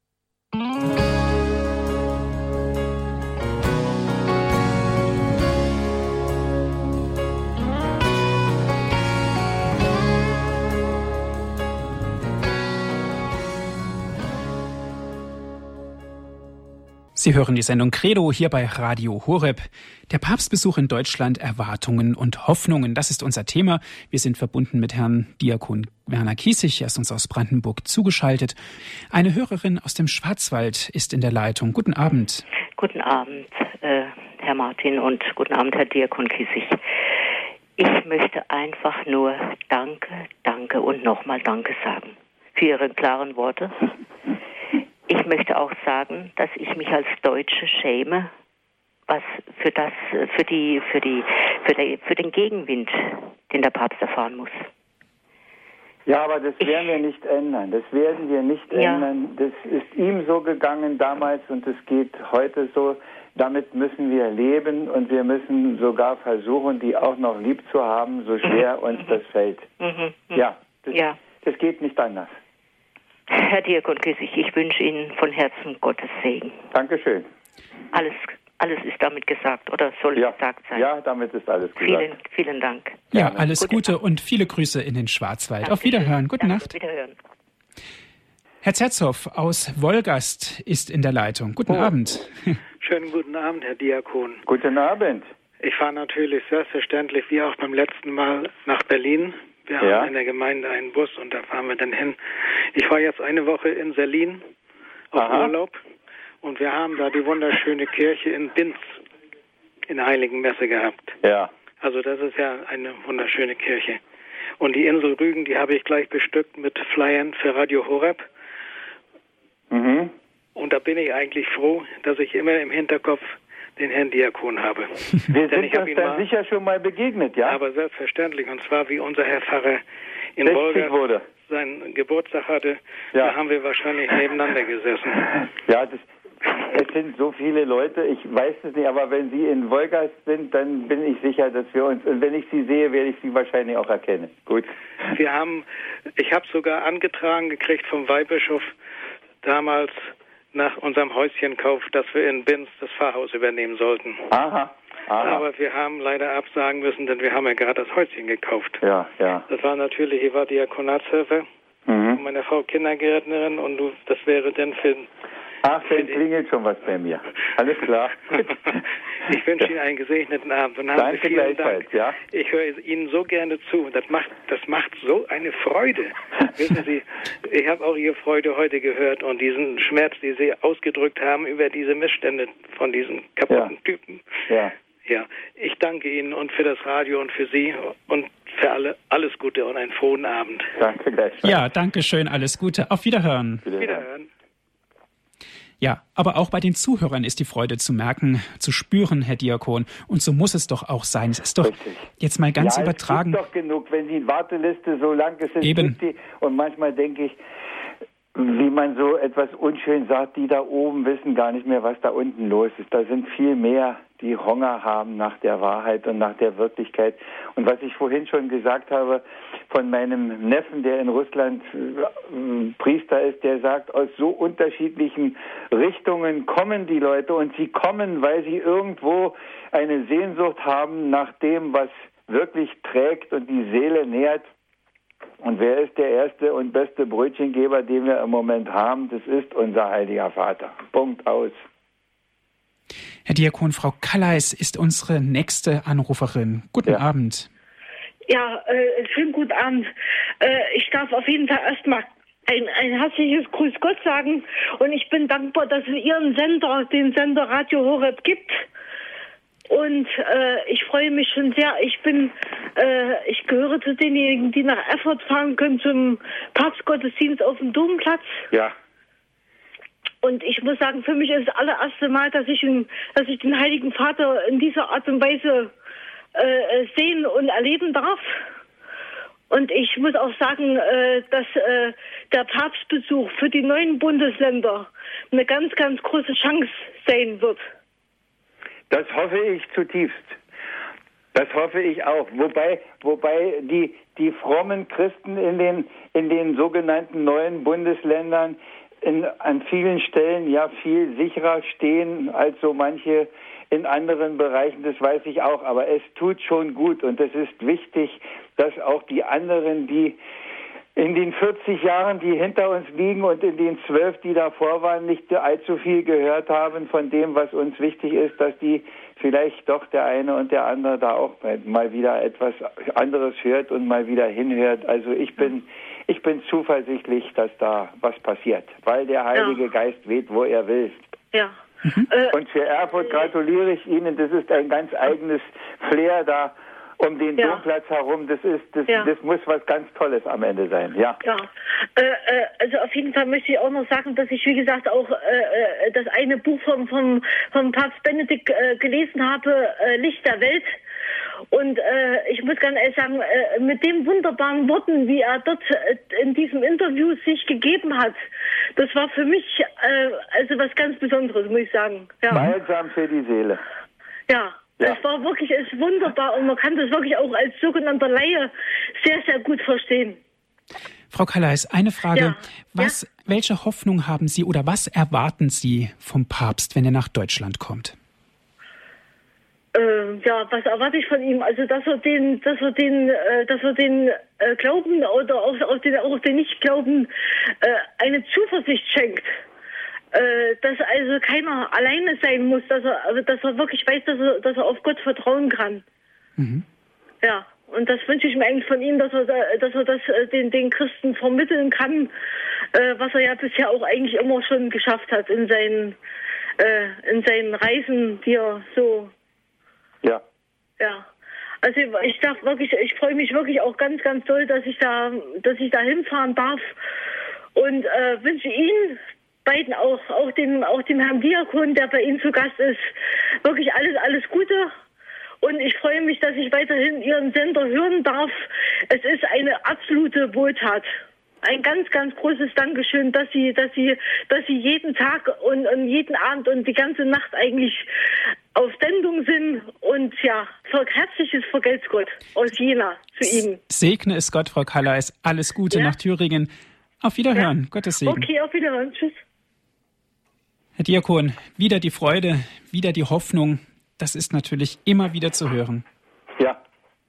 Sie hören die Sendung Credo hier bei Radio Horeb. Der Papstbesuch in Deutschland, Erwartungen und Hoffnungen, das ist unser Thema. Wir sind verbunden mit Herrn Diakon Werner Kiesig, er ist uns aus Brandenburg zugeschaltet. Eine Hörerin aus dem Schwarzwald ist in der Leitung. Guten Abend. Guten Abend, äh, Herr Martin und guten Abend, Herr Diakon Kiesig. Ich möchte einfach nur Danke, Danke und nochmal Danke sagen für Ihre klaren Worte. Ich möchte auch sagen, dass ich mich als Deutsche schäme, was für das, für die, für die, für, die, für den Gegenwind, den der Papst erfahren muss. Ja, aber das werden wir nicht ändern. Das werden wir nicht Ja. ändern. Das ist ihm so gegangen damals und es geht heute so. Damit müssen wir leben und wir müssen sogar versuchen, die auch noch lieb zu haben, so schwer Mhm. uns das fällt. Mhm. Ja, das, Ja. das geht nicht anders. Herr Diakon Kiesig, ich wünsche Ihnen von Herzen Gottes Segen. Dankeschön. Alles, alles ist damit gesagt oder soll Ja, gesagt sein? ja, damit ist alles gesagt. Vielen, vielen Dank. Ja, Gerne. alles Gute Gute und viele Grüße in den Schwarzwald. Dankeschön. Auf Wiederhören. Gute Danke, Nacht. Wiederhören. Herr Zerzow aus Wolgast ist in der Leitung. Guten Oh. Abend. Schönen guten Abend, Herr Diakon. Guten Abend. Ich fahre natürlich selbstverständlich, wie auch beim letzten Mal, nach Berlin. Wir Ja. haben in der Gemeinde einen Bus und da fahren wir dann hin. Ich war jetzt eine Woche in Berlin auf Aha. Urlaub und wir haben da die wunderschöne Kirche in Binz in der Heiligen Messe gehabt. Ja. Also das ist ja eine wunderschöne Kirche. Und die Insel Rügen, die habe ich gleich bestückt mit Flyern für Radio Horeb. Mhm. Und da bin ich eigentlich froh, dass ich immer im Hinterkopf den Herrn Diakon habe. Wir Denn sind ich hab uns ihn dann mal, sicher schon mal begegnet, ja? aber selbstverständlich. Und zwar wie unser Herr Pfarrer in sechzig Wolgast wurde. seinen Geburtstag hatte, Ja. da haben wir wahrscheinlich nebeneinander gesessen. Ja, das, es sind so viele Leute, ich weiß es nicht, aber wenn Sie in Wolgast sind, dann bin ich sicher, dass wir uns, und wenn ich Sie sehe, werde ich Sie wahrscheinlich auch erkennen. Gut. Wir haben, ich habe sogar angetragen gekriegt vom Weihbischof damals nach unserem Häuschenkauf, dass wir in Binz das Pfarrhaus übernehmen sollten. Aha. Aha. Aber wir haben leider absagen müssen, denn wir haben ja gerade das Häuschen gekauft. Ja, ja. Das war natürlich, ich war Diakonatshelfer Mhm. von meiner Frau Kindergärtnerin und du, das wäre dann für... Ach, dann klingelt schon was bei mir. Alles klar. Ich wünsche Ihnen einen gesegneten Abend und haben Danke Sie vielen gleichfalls, Dank. ja. Ich höre Ihnen so gerne zu. Das macht, das macht so eine Freude. Wissen Sie, ich habe auch Ihre Freude heute gehört und diesen Schmerz, den Sie ausgedrückt haben über diese Missstände von diesen kaputten Ja. Typen. Ja. Ja, ich danke Ihnen und für das Radio und für Sie und für alle alles Gute und einen frohen Abend. Danke gleichfalls. Ja, danke schön, alles Gute. Auf Wiederhören. Wiederhören. Ja, aber auch bei den Zuhörern ist die Freude zu merken, zu spüren, Herr Diakon. Und so muss es doch auch sein. Es ist doch Richtig. jetzt mal ganz ja, übertragen. Es gibt doch genug, wenn die Warteliste so lang ist. Eben. Die, und manchmal denke ich, wie man so etwas unschön sagt, die da oben wissen gar nicht mehr, was da unten los ist. Da sind viel mehr, die Hunger haben nach der Wahrheit und nach der Wirklichkeit. Und was ich vorhin schon gesagt habe, von meinem Neffen, der in Russland äh, Priester ist, der sagt, aus so unterschiedlichen Richtungen kommen die Leute und sie kommen, weil sie irgendwo eine Sehnsucht haben nach dem, was wirklich trägt und die Seele nährt. Und wer ist der erste und beste Brötchengeber, den wir im Moment haben? Das ist unser heiliger Vater. Punkt aus. Herr Diakon, Frau Kalleis ist unsere nächste Anruferin. Guten Ja. Abend. Ja, äh, schönen guten Abend. Äh, ich darf auf jeden Fall erstmal ein, ein herzliches Grüß Gott sagen. Und ich bin dankbar, dass es Ihren Sender, den Sender Radio Horeb gibt. Und äh, ich freue mich schon sehr. Ich bin, äh, ich gehöre zu denjenigen, die nach Erfurt fahren können zum Papstgottesdienst auf dem Domplatz. Ja. Und ich muss sagen, für mich ist das allererste Mal, dass ich, ihn, dass ich den Heiligen Vater in dieser Art und Weise äh, sehen und erleben darf. Und ich muss auch sagen, äh, dass äh, der Papstbesuch für die neuen Bundesländer eine ganz, ganz große Chance sein wird. Das hoffe ich zutiefst. Das hoffe ich auch. Wobei, wobei die, die frommen Christen in den, in den sogenannten neuen Bundesländern in, an vielen Stellen ja viel sicherer stehen als so manche in anderen Bereichen, das weiß ich auch. Aber es tut schon gut und es ist wichtig, dass auch die anderen, die in den vierzig Jahren, die hinter uns liegen und in den zwölf, die davor waren, nicht allzu viel gehört haben von dem, was uns wichtig ist, dass die vielleicht doch der eine und der andere da auch mal wieder etwas anderes hört und mal wieder hinhört. Also ich bin, ich bin zuversichtlich, dass da was passiert, weil der Heilige ja. Geist weht, wo er will. Ja. Mhm. Und für Erfurt gratuliere ich Ihnen. Das ist ein ganz eigenes Flair da um den ja. Domplatz herum. Das ist, das, ja. das muss was ganz Tolles am Ende sein. Ja. Ja. Äh, äh, also auf jeden Fall möchte ich auch noch sagen, dass ich wie gesagt auch äh, das eine Buch vom vom, vom Papst Benedikt äh, gelesen habe, äh, Licht der Welt. Und äh, ich muss ganz ehrlich sagen, äh, mit den wunderbaren Worten, wie er dort äh, in diesem Interview sich gegeben hat, das war für mich äh, also was ganz Besonderes, muss ich sagen. Ja. Balsam für die Seele. Ja. Ja. Es war wirklich, es ist wunderbar und man kann das wirklich auch als sogenannter Laie sehr, sehr gut verstehen. Frau Kalleis, eine Frage. Ja. Was, ja? Welche Hoffnung haben Sie oder was erwarten Sie vom Papst, wenn er nach Deutschland kommt? Äh, ja, was erwarte ich von ihm? Also, dass er den, dass er den, äh, dass er den äh, Glauben oder auch, auch den, auch den Nicht-Glauben äh, eine Zuversicht schenkt. Äh, dass also keiner alleine sein muss, dass er, dass er wirklich weiß, dass er, dass er auf Gott vertrauen kann. Mhm. Ja, und das wünsche ich mir eigentlich von ihm, dass er, dass er das den, den Christen vermitteln kann, äh, was er ja bisher auch eigentlich immer schon geschafft hat in seinen, äh, in seinen Reisen, die er so Ja. Ja. Also ich darf wirklich, ich freue mich wirklich auch ganz, ganz doll, dass ich da, dass ich da hinfahren darf und äh, wünsche Ihnen beiden auch, auch dem, auch dem Herrn Diakon, der bei Ihnen zu Gast ist, wirklich alles, alles Gute. Und ich freue mich, dass ich weiterhin Ihren Sender hören darf. Es ist eine absolute Wohltat. Ein ganz, ganz großes Dankeschön, dass Sie, dass Sie, dass Sie jeden Tag und, und jeden Abend und die ganze Nacht eigentlich auf Sendung sind. Und ja, herzliches Vergelt's Gott aus Jena zu Ihnen. Segne es Gott, Frau Kalleis. Alles Gute ja. nach Thüringen. Auf Wiederhören. Ja. Gottes Segen. Okay, auf Wiederhören. Tschüss. Herr Diakon, wieder die Freude, wieder die Hoffnung. Das ist natürlich immer wieder zu hören. Ja.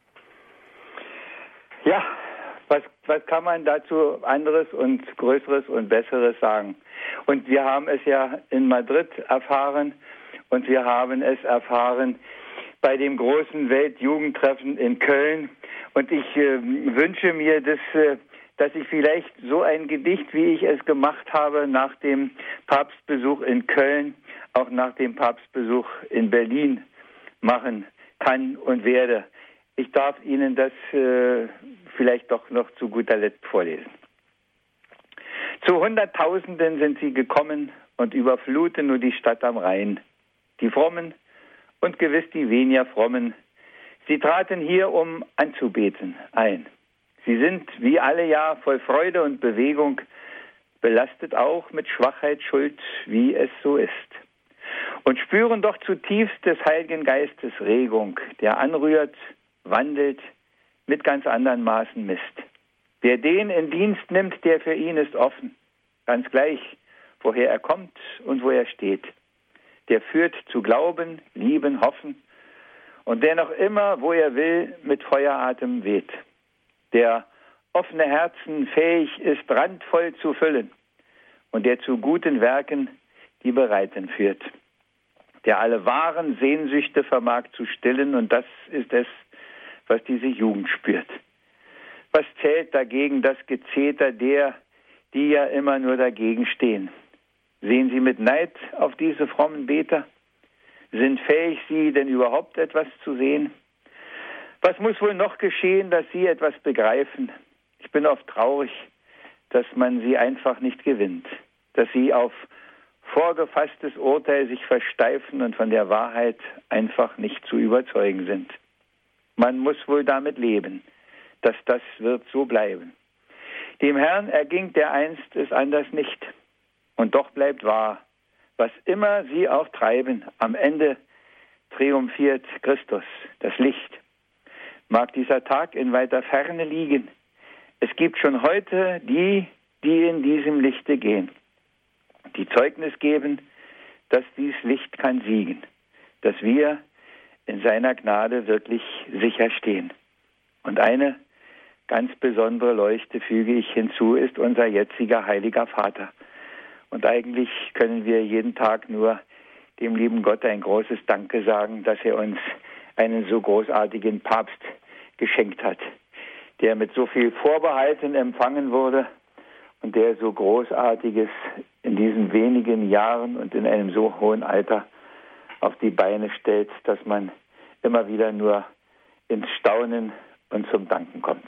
Ja. Was, was kann man dazu anderes und Größeres und Besseres sagen? Und wir haben es ja in Madrid erfahren und wir haben es erfahren bei dem großen Weltjugendtreffen in Köln. Und ich äh, wünsche mir, dass, äh, dass ich vielleicht so ein Gedicht, wie ich es gemacht habe nach dem Papstbesuch in Köln, auch nach dem Papstbesuch in Berlin machen kann und werde. Ich darf Ihnen das äh, vielleicht doch noch zu guter Letzt vorlesen. Zu Hunderttausenden sind sie gekommen und überfluten nur die Stadt am Rhein. Die Frommen und gewiss die weniger Frommen. Sie traten hier, um anzubeten, ein. Sie sind wie alle Jahr voll Freude und Bewegung, belastet auch mit Schwachheit, Schuld, wie es so ist. Und spüren doch zutiefst des Heiligen Geistes Regung, der anrührt, wandelt, mit ganz anderen Maßen misst. Wer den in Dienst nimmt, der für ihn ist offen, ganz gleich, woher er kommt und wo er steht. Der führt zu Glauben, Lieben, Hoffen und der noch immer, wo er will, mit Feueratem weht. Der offene Herzen fähig ist, randvoll zu füllen und der zu guten Werken die Bereiten führt. Der alle wahren Sehnsüchte vermag zu stillen und das ist es, was diese Jugend spürt. Was zählt dagegen das Gezeter der, die ja immer nur dagegen stehen? Sehen Sie mit Neid auf diese frommen Beter? Sind fähig, sie denn überhaupt etwas zu sehen? Was muss wohl noch geschehen, dass sie etwas begreifen? Ich bin oft traurig, dass man sie einfach nicht gewinnt, dass sie auf vorgefasstes Urteil sich versteifen und von der Wahrheit einfach nicht zu überzeugen sind. Man muss wohl damit leben, dass das wird so bleiben. Dem Herrn erging dereinst es anders nicht. Und doch bleibt wahr, was immer sie auch treiben, am Ende triumphiert Christus, das Licht. Mag dieser Tag in weiter Ferne liegen. Es gibt schon heute die, die in diesem Lichte gehen, die Zeugnis geben, dass dies Licht kann siegen, dass wir in seiner Gnade wirklich sicher stehen. Und eine ganz besondere Leuchte, füge ich hinzu, ist unser jetziger heiliger Vater. Und eigentlich können wir jeden Tag nur dem lieben Gott ein großes Danke sagen, dass er uns einen so großartigen Papst geschenkt hat, der mit so viel Vorbehalten empfangen wurde und der so Großartiges in diesen wenigen Jahren und in einem so hohen Alter auf die Beine stellt, dass man immer wieder nur ins Staunen und zum Danken kommt.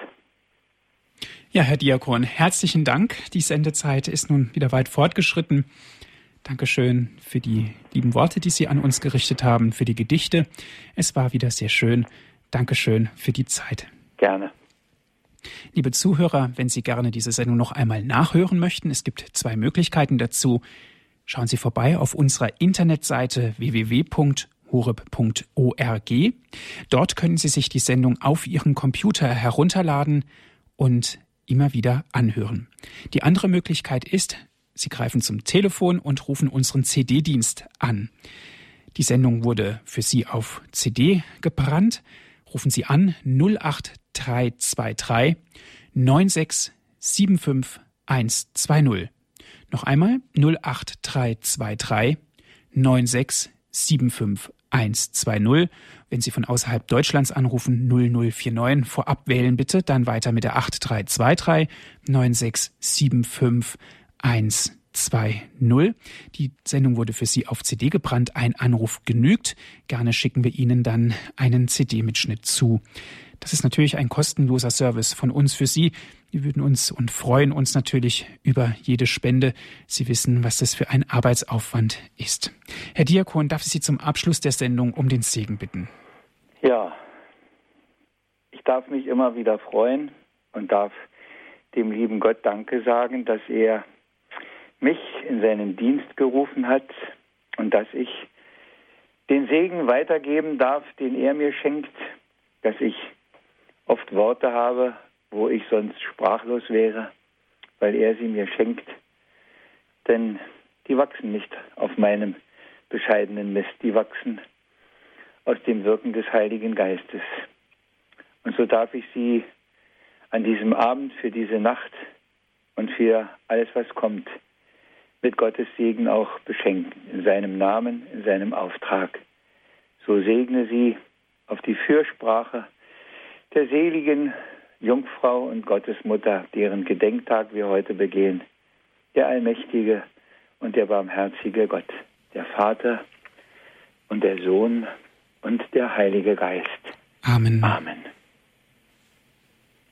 Ja, Herr Diakon, herzlichen Dank. Die Sendezeit ist nun wieder weit fortgeschritten. Dankeschön für die lieben Worte, die Sie an uns gerichtet haben, für die Gedichte. Es war wieder sehr schön. Dankeschön für die Zeit. Gerne. Liebe Zuhörer, wenn Sie gerne diese Sendung noch einmal nachhören möchten, es gibt zwei Möglichkeiten dazu. Schauen Sie vorbei auf unserer Internetseite w w w punkt horeb punkt org. Dort können Sie sich die Sendung auf Ihren Computer herunterladen und immer wieder anhören. Die andere Möglichkeit ist, Sie greifen zum Telefon und rufen unseren C D-Dienst an. Die Sendung wurde für Sie auf C D gebrannt. Rufen Sie an null acht drei zwei drei neun sechs sieben fünf eins zwei null. Noch einmal null acht drei zwei drei neun sechs sieben fünf eins zwei null. Wenn Sie von außerhalb Deutschlands anrufen, null null vier neun. Vorab wählen bitte, dann weiter mit der acht drei zwei drei neun sechs sieben fünf eins zwei null. Die Sendung wurde für Sie auf C D gebrannt. Ein Anruf genügt. Gerne schicken wir Ihnen dann einen C D-Mitschnitt zu. Das ist natürlich ein kostenloser Service von uns für Sie. Wir würden uns und freuen uns natürlich über jede Spende. Sie wissen, was das für ein Arbeitsaufwand ist. Herr Diakon, darf ich Sie zum Abschluss der Sendung um den Segen bitten? Ja, ich darf mich immer wieder freuen und darf dem lieben Gott Danke sagen, dass er mich in seinen Dienst gerufen hat und dass ich den Segen weitergeben darf, den er mir schenkt, dass ich oft Worte habe, wo ich sonst sprachlos wäre, weil er sie mir schenkt. Denn die wachsen nicht auf meinem bescheidenen Mist, die wachsen aus dem Wirken des Heiligen Geistes. Und so darf ich Sie an diesem Abend für diese Nacht und für alles, was kommt, mit Gottes Segen auch beschenken, in seinem Namen, in seinem Auftrag. So segne Sie auf die Fürsprache der seligen Jungfrau und Gottesmutter, deren Gedenktag wir heute begehen, der allmächtige und der barmherzige Gott, der Vater und der Sohn und der Heilige Geist. Amen. Amen.